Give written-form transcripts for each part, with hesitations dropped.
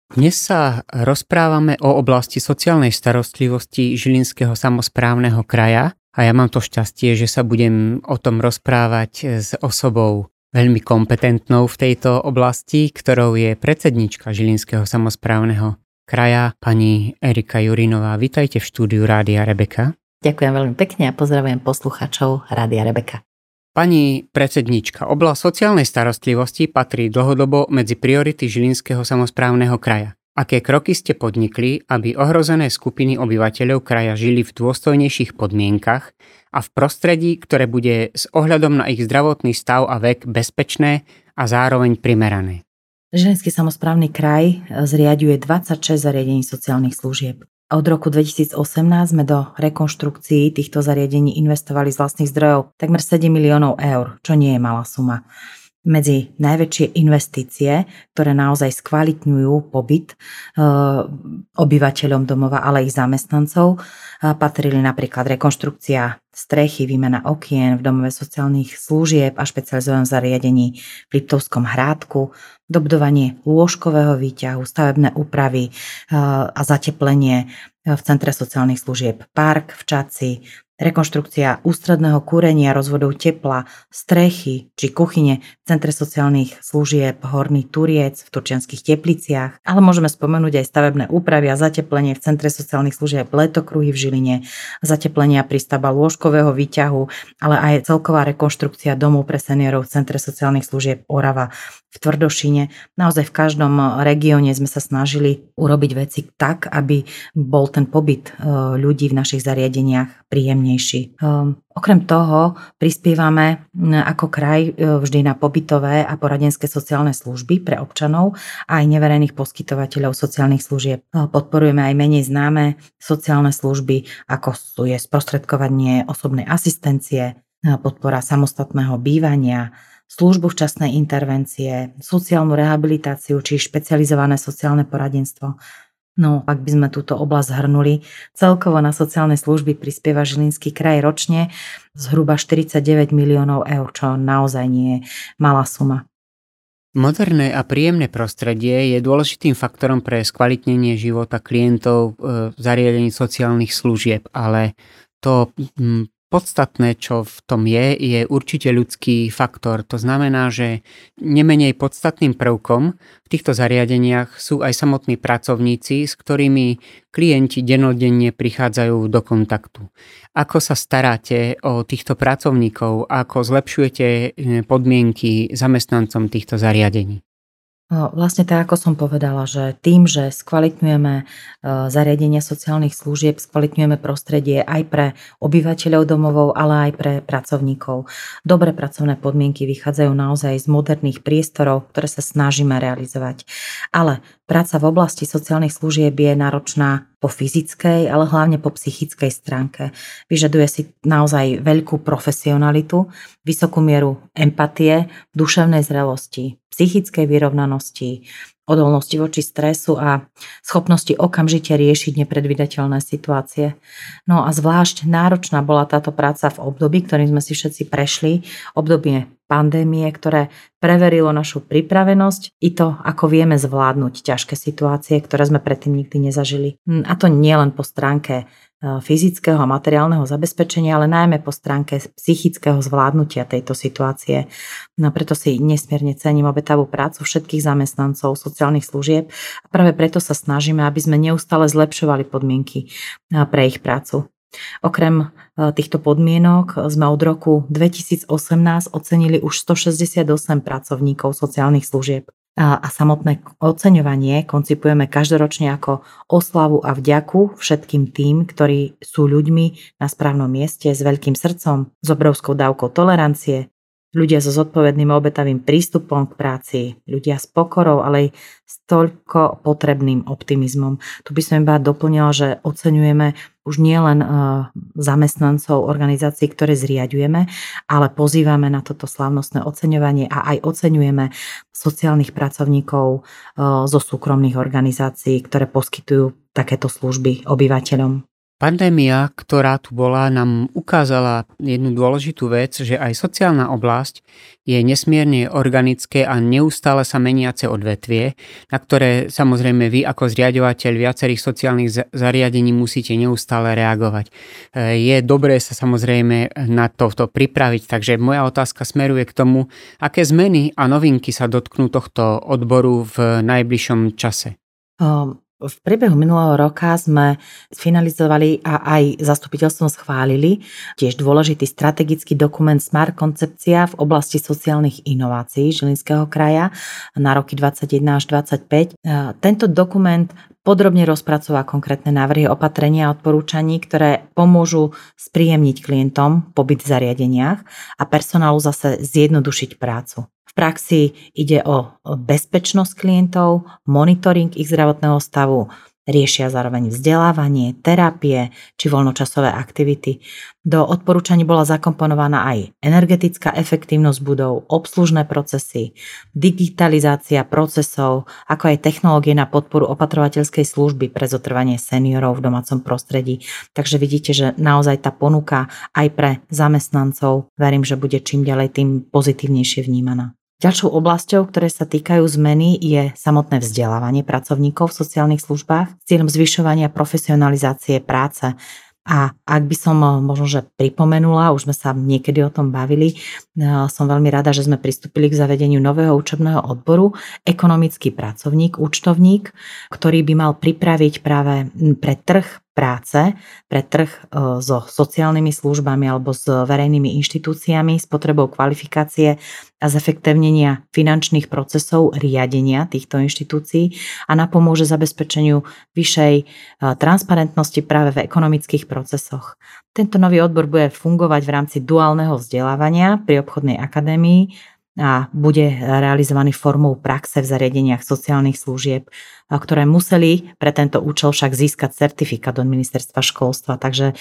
Dnes sa rozprávame o oblasti sociálnej starostlivosti Žilinského samosprávneho kraja a ja mám to šťastie, že sa budem o tom rozprávať s osobou veľmi kompetentnou v tejto oblasti, ktorou je predsednička Žilinského samosprávneho kraja, pani Erika Jurinová. Vítajte v štúdiu Rádia Rebeka. Ďakujem veľmi pekne a pozdravujem poslucháčov Rádia Rebeka. Pani predsednička, oblasť sociálnej starostlivosti patrí dlhodobo medzi priority Žilinského samosprávneho kraja. Aké kroky ste podnikli, aby ohrozené skupiny obyvateľov kraja žili v dôstojnejších podmienkach a v prostredí, ktoré bude s ohľadom na ich zdravotný stav a vek bezpečné a zároveň primerané? Žilinský samosprávny kraj zriaďuje 26 zariadení sociálnych služieb. Od roku 2018 sme do rekonštrukcií týchto zariadení investovali z vlastných zdrojov takmer 7 miliónov eur, čo nie je malá suma. Medzi najväčšie investície, ktoré naozaj skvalitňujú pobyt obyvateľom domova, ale ich zamestnancov, patrili napríklad rekonštrukcia strechy, výmena okien v domove sociálnych služieb a špecializovanom zariadení v Liptovskom Hrádku, dobudovanie lôžkového výťahu, stavebné úpravy a zateplenie v Centre sociálnych služieb Park v Čadci, rekonštrukcia ústredného kúrenia, rozvodov tepla, strechy či kuchyne v Centre sociálnych služieb Horný Turiec v Turčianskych Tepliciach, ale môžeme spomenúť aj stavebné úpravy a zateplenie v Centre sociálnych služieb Letokruhy v Žiline, zateplenia prístavba lôžkového výťahu, ale aj celková rekonštrukcia domov pre seniorov v Centre sociálnych služieb Orava v Tvrdošine. Naozaj v každom regióne sme sa snažili urobiť veci tak, aby bol ten pobyt ľudí v našich zariadeniach príjemnejší. Okrem toho prispievame ako kraj vždy na pobytové a poradenské sociálne služby pre občanov a aj neverejných poskytovateľov sociálnych služieb. Podporujeme aj menej známe sociálne služby, ako je sprostredkovanie osobnej asistencie, podpora samostatného bývania, službu včasnej intervencie, sociálnu rehabilitáciu či špecializované sociálne poradenstvo. No, ak by sme túto oblasť zhrnuli, celkovo na sociálne služby prispieva Žilinský kraj ročne zhruba 49 miliónov eur, čo naozaj nie je malá suma. Moderné a príjemné prostredie je dôležitým faktorom pre skvalitnenie života klientov v zariadení sociálnych služieb, ale to podstatné, čo v tom je určite ľudský faktor. To znamená, že nemenej podstatným prvkom v týchto zariadeniach sú aj samotní pracovníci, s ktorými klienti dennodenne prichádzajú do kontaktu. Ako sa staráte o týchto pracovníkov? Ako zlepšujete podmienky zamestnancom týchto zariadení? Vlastne tak, ako som povedala, že tým, že skvalitňujeme zariadenia sociálnych služieb, skvalitňujeme prostredie aj pre obyvateľov domovov, ale aj pre pracovníkov. Dobré pracovné podmienky vychádzajú naozaj z moderných priestorov, ktoré sa snažíme realizovať. Ale práca v oblasti sociálnych služieb je náročná po fyzickej, ale hlavne po psychickej stránke. Vyžaduje si naozaj veľkú profesionalitu, vysokú mieru empatie, duševnej zrelosti, psychickej vyrovnanosti, odolnosti voči stresu a schopnosti okamžite riešiť nepredvídateľné situácie. No a zvlášť náročná bola táto práca v období, ktorým sme si všetci prešli, obdobie pandémie, ktoré preverilo našu pripravenosť i to, ako vieme zvládnuť ťažké situácie, ktoré sme predtým nikdy nezažili. A to nie len po stránke fyzického a materiálneho zabezpečenia, ale najmä po stránke psychického zvládnutia tejto situácie. No preto si nesmierne cením obetavú prácu všetkých zamestnancov sociálnych služieb a práve preto sa snažíme, aby sme neustále zlepšovali podmienky pre ich prácu. Okrem týchto podmienok sme od roku 2018 ocenili už 168 pracovníkov sociálnych služieb. A samotné oceňovanie koncipujeme každoročne ako oslavu a vďaku všetkým tým, ktorí sú ľuďmi na správnom mieste, s veľkým srdcom, s obrovskou dávkou tolerancie, ľudia so zodpovedným obetavým prístupom k práci, ľudia s pokorou, ale aj s toľko potrebným optimizmom. Tu by som iba doplnila, že oceňujeme už nielen zamestnancov organizácií, ktoré zriaďujeme, ale pozývame na toto slávnostné oceňovanie a aj oceňujeme sociálnych pracovníkov zo súkromných organizácií, ktoré poskytujú takéto služby obyvateľom. Pandémia, ktorá tu bola, nám ukázala jednu dôležitú vec, že aj sociálna oblasť je nesmierne organické a neustále sa meniace odvetvie, na ktoré samozrejme vy ako zriaďovateľ viacerých sociálnych zariadení musíte neustále reagovať. Je dobré sa samozrejme na toto pripraviť, takže moja otázka smeruje k tomu, aké zmeny a novinky sa dotknú tohto odboru v najbližšom čase. V priebehu minulého roka sme finalizovali a aj zastupiteľstvom schválili tiež dôležitý strategický dokument Smart koncepcia v oblasti sociálnych inovácií Žilinského kraja na roky 2021 až 2025. Tento dokument podrobne rozpracová konkrétne návrhy opatrenia a odporúčaní, ktoré pomôžu spríjemniť klientom pobyt v zariadeniach a personálu zase zjednodušiť prácu. V praxi ide o bezpečnosť klientov, monitoring ich zdravotného stavu, riešia zároveň vzdelávanie, terapie či voľnočasové aktivity. Do odporúčaní bola zakomponovaná aj energetická efektívnosť budov, obslužné procesy, digitalizácia procesov, ako aj technológie na podporu opatrovateľskej služby pre zotrvanie seniorov v domácom prostredí. Takže vidíte, že naozaj tá ponuka aj pre zamestnancov, verím, že bude čím ďalej tým pozitívnejšie vnímaná. Ďalšou oblasťou, ktoré sa týkajú zmeny, je samotné vzdelávanie pracovníkov v sociálnych službách s cieľom zvyšovania profesionalizácie práce. A ak by som možno, že pripomenula, už sme sa niekedy o tom bavili, som veľmi rada, že sme pristúpili k zavedeniu nového učebného odboru ekonomický pracovník, účtovník, ktorý by mal pripraviť práve pre trh práce, pre trh so sociálnymi službami alebo s verejnými inštitúciami s potrebou kvalifikácie a zefektívnenia finančných procesov riadenia týchto inštitúcií a napomôže zabezpečeniu vyššej transparentnosti práve v ekonomických procesoch. Tento nový odbor bude fungovať v rámci duálneho vzdelávania pri obchodnej akadémii a bude realizovaný formou praxe v zariadeniach sociálnych služieb, ktoré museli pre tento účel však získať certifikát od ministerstva školstva. Takže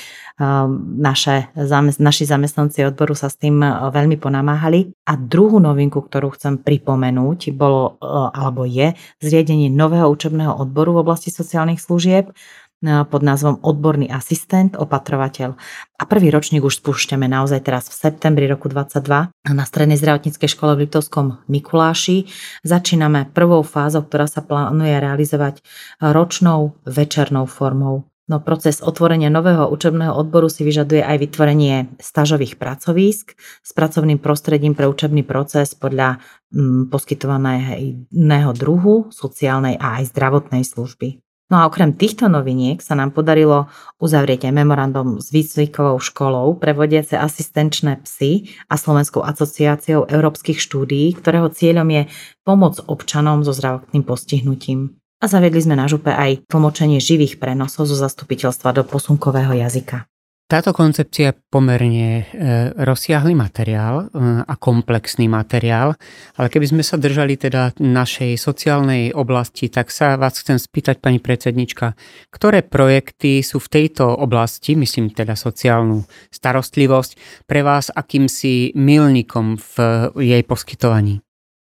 naši zamestnanci odboru sa s tým veľmi ponamáhali. A druhú novinku, ktorú chcem pripomenúť, je zriadenie nového učebného odboru v oblasti sociálnych služieb pod názvom odborný asistent, opatrovateľ. A prvý ročník už spúšťame naozaj teraz v septembri roku 2022 na Strednej zdravotníckej škole v Liptovskom Mikuláši. Začíname prvou fázou, ktorá sa plánuje realizovať ročnou večernou formou. No, proces otvorenia nového učebného odboru si vyžaduje aj vytvorenie stážových pracovísk s pracovným prostredím pre učebný proces podľa poskytovaného druhu sociálnej a aj zdravotnej služby. No a okrem týchto noviniek sa nám podarilo uzavrieť aj memorandum s výcvikovou školou pre vodiace asistenčné psy a Slovenskou asociáciou európskych štúdií, ktorého cieľom je pomôcť občanom so zdravotným postihnutím. A zaviedli sme na župe aj tlmočenie živých prenosov zo zastupiteľstva do posunkového jazyka. Táto koncepcia je pomerne rozsiahly materiál a komplexný materiál, ale keby sme sa držali teda našej sociálnej oblasti, tak sa vás chcem spýtať, pani predsednička, ktoré projekty sú v tejto oblasti, myslím teda sociálnu starostlivosť, pre vás akýmsi milníkom v jej poskytovaní?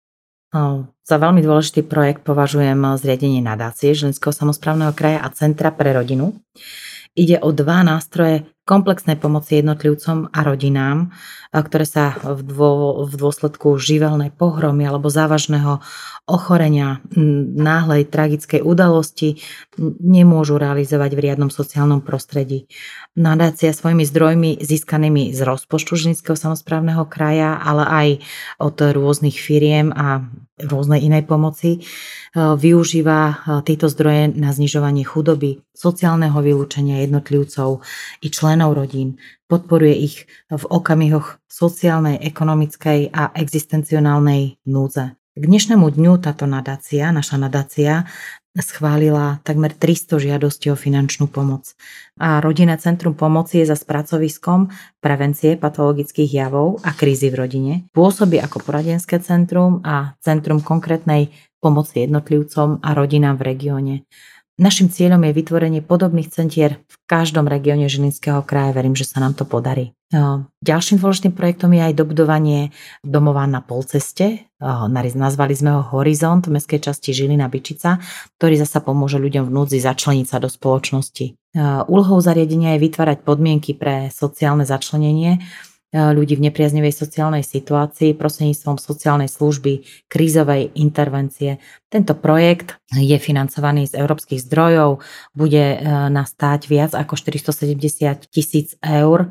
Za veľmi dôležitý projekt považujem zriadenie nadácie Žilinského samosprávneho kraja a Centra pre rodinu. Ide o dva nástroje komplexnej pomoci jednotlivcom a rodinám, ktoré sa v dôsledku živelnej pohromy alebo závažného ochorenia, náhlej tragickej udalosti nemôžu realizovať v riadnom sociálnom prostredí. Nadácia svojimi zdrojmi získanými z rozpočtu Žilinského samosprávneho kraja, ale aj od rôznych firiem a rôznej inej pomoci využíva tieto zdroje na znižovanie chudoby, sociálneho vylúčenia jednotlivcov i členov rodín, podporuje ich v okamihoch sociálnej, ekonomickej a existencionálnej núdze. K dnešnému dňu táto nadácia, naša nadácia, schválila takmer 300 žiadostí o finančnú pomoc. A Rodinné centrum pomoci je za pracoviskom prevencie patologických javov a krízy v rodine. Pôsobí ako poradenské centrum a centrum konkrétnej pomoci jednotlivcom a rodinám v regióne. Naším cieľom je vytvorenie podobných centier v každom regióne Žilinského kraja. Verím, že sa nám to podarí. Ďalším dôležitým projektom je aj dobudovanie domova na polceste. Nazvali sme ho Horizont v mestskej časti Žilina-Byčica, ktorý zasa pomôže ľuďom v núdzi začleniť sa do spoločnosti. Úlohou zariadenia je vytvárať podmienky pre sociálne začlenenie ľudí v nepriaznivej sociálnej situácii prostredníctvom sociálnej služby, krízovej intervencie. Tento projekt je financovaný z európskych zdrojov, bude nás stáť viac ako 470 000 eur.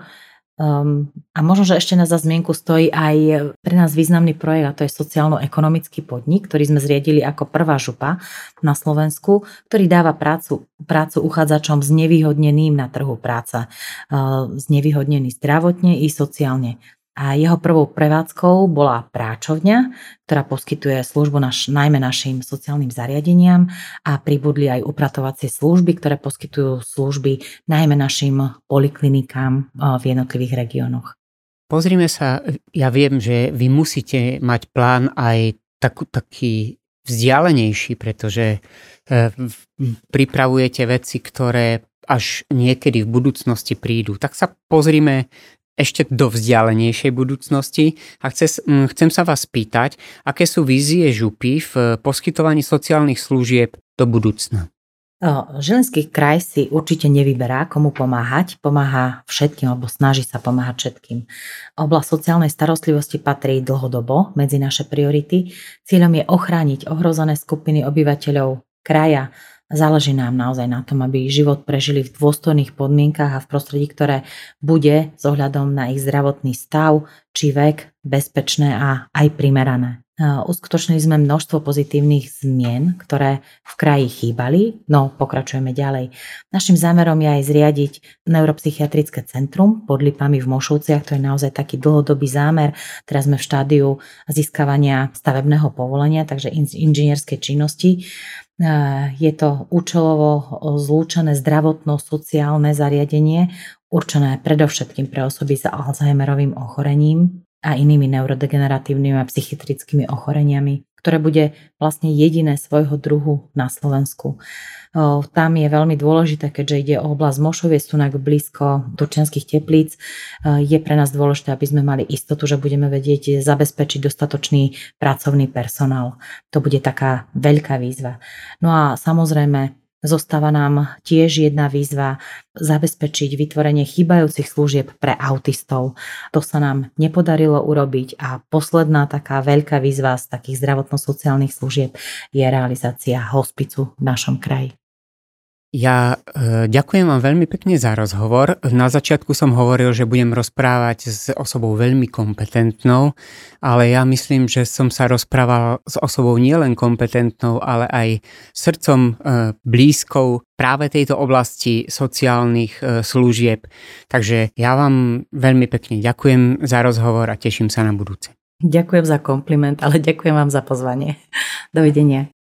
A možno, že ešte na za zmienku stojí aj pre nás významný projekt, a to je sociálno-ekonomický podnik, ktorý sme zriedili ako prvá župa na Slovensku, ktorý dáva prácu uchádzačom znevýhodneným na trhu práce, znevýhodnený zdravotne i sociálne. A jeho prvou prevádzkou bola práčovňa, ktorá poskytuje službu najmä našim sociálnym zariadeniam, a pribudli aj upratovacie služby, ktoré poskytujú služby najmä našim poliklinikám v jednotlivých regiónoch. Pozrime sa, ja viem, že vy musíte mať plán aj taký vzdialenejší, pretože pripravujete veci, ktoré až niekedy v budúcnosti prídu. Tak sa pozrime ešte do vzdialenejšej budúcnosti a chcem sa vás spýtať, aké sú vízie župy v poskytovaní sociálnych služieb do budúcna? Žilinský kraj si určite nevyberá, komu pomáhať. Pomáha všetkým, alebo snaží sa pomáhať všetkým. Oblasť sociálnej starostlivosti patrí dlhodobo medzi naše priority. Cieľom je ochrániť ohrozené skupiny obyvateľov kraja. Záleží nám naozaj na tom, aby život prežili v dôstojných podmienkach a v prostredí, ktoré bude s ohľadom na ich zdravotný stav či vek bezpečné a aj primerané. Uskutočnili sme množstvo pozitívnych zmien, ktoré v kraji chýbali, no pokračujeme ďalej. Naším zámerom je aj zriadiť neuropsychiatrické centrum pod Lipami v Mošovciach, to je naozaj taký dlhodobý zámer. Teraz sme v štádiu získavania stavebného povolenia, takže inžinierskej činnosti. Je to účelovo zlúčené zdravotno-sociálne zariadenie, určené predovšetkým pre osoby s Alzheimerovým ochorením a inými neurodegeneratívnymi a psychiatrickými ochoreniami, ktoré bude vlastne jediné svojho druhu na Slovensku. Tam je veľmi dôležité, keďže ide o oblasť Mošoviec, Sunak blízko Turčianskych Teplíc, je pre nás dôležité, aby sme mali istotu, že budeme vedieť zabezpečiť dostatočný pracovný personál. To bude taká veľká výzva. No a samozrejme, zostáva nám tiež jedna výzva zabezpečiť vytvorenie chýbajúcich služieb pre autistov. To sa nám nepodarilo urobiť a posledná taká veľká výzva z takých zdravotno-sociálnych služieb je realizácia hospicu v našom kraji. Ja ďakujem vám veľmi pekne za rozhovor. Na začiatku som hovoril, že budem rozprávať s osobou veľmi kompetentnou, ale ja myslím, že som sa rozprával s osobou nielen kompetentnou, ale aj srdcom blízkou práve tejto oblasti sociálnych služieb. Takže ja vám veľmi pekne ďakujem za rozhovor a teším sa na budúce. Ďakujem za kompliment, ale ďakujem vám za pozvanie. Dovidenia.